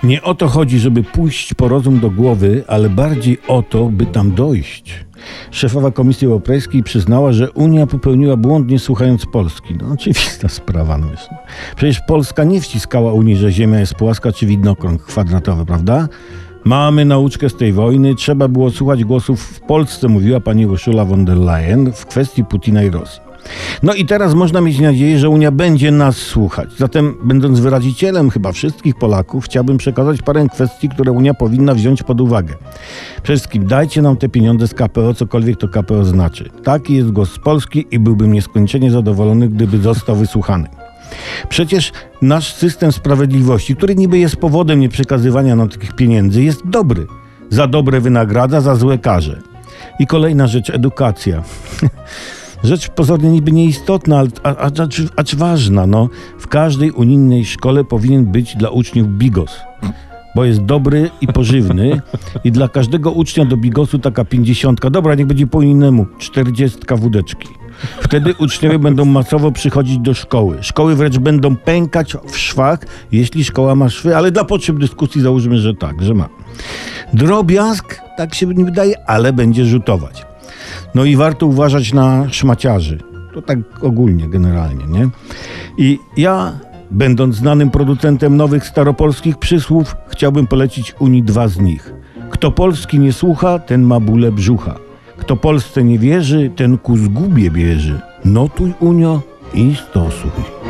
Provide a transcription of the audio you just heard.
Nie o to chodzi, żeby pójść po rozum do głowy, ale bardziej o to, by tam dojść. Szefowa Komisji Europejskiej przyznała, że Unia popełniła błąd, nie słuchając Polski. No oczywista sprawa. Przecież Polska nie wciskała Unii, że ziemia jest płaska czy widnokrąg kwadratowy, prawda? Mamy nauczkę z tej wojny, trzeba było słuchać głosów w Polsce, mówiła pani Ursula von der Leyen w kwestii Putina i Rosji. No i teraz można mieć nadzieję, że Unia będzie nas słuchać. Zatem, będąc wyrazicielem chyba wszystkich Polaków, chciałbym przekazać parę kwestii, które Unia powinna wziąć pod uwagę. Przede wszystkim dajcie nam te pieniądze z KPO, cokolwiek to KPO znaczy. Taki jest głos z Polski i byłbym nieskończenie zadowolony, gdyby został wysłuchany. Przecież nasz system sprawiedliwości, który niby jest powodem nieprzekazywania nam takich pieniędzy, jest dobry. Za dobre wynagradza, za złe karze. I kolejna rzecz, edukacja. Rzecz pozornie niby nieistotna, acz ważna. W każdej unijnej szkole powinien być dla uczniów bigos, bo jest dobry i pożywny i dla każdego ucznia do bigosu taka 50, dobra, niech będzie po innemu, 40 wódeczki. Wtedy uczniowie będą masowo przychodzić do szkoły. Szkoły wręcz będą pękać w szwach, jeśli szkoła ma szwy, ale dla potrzeb dyskusji załóżmy, że tak, że ma. Drobiazg, tak się nie wydaje, ale będzie rzutować. No i warto uważać na szmaciarzy. To tak ogólnie, generalnie, nie? I ja, będąc znanym producentem nowych staropolskich przysłów, chciałbym polecić Unii 2 z nich. Kto Polski nie słucha, ten ma bóle brzucha. Kto Polsce nie wierzy, ten ku zgubie bierze. Notuj, Unio, i stosuj.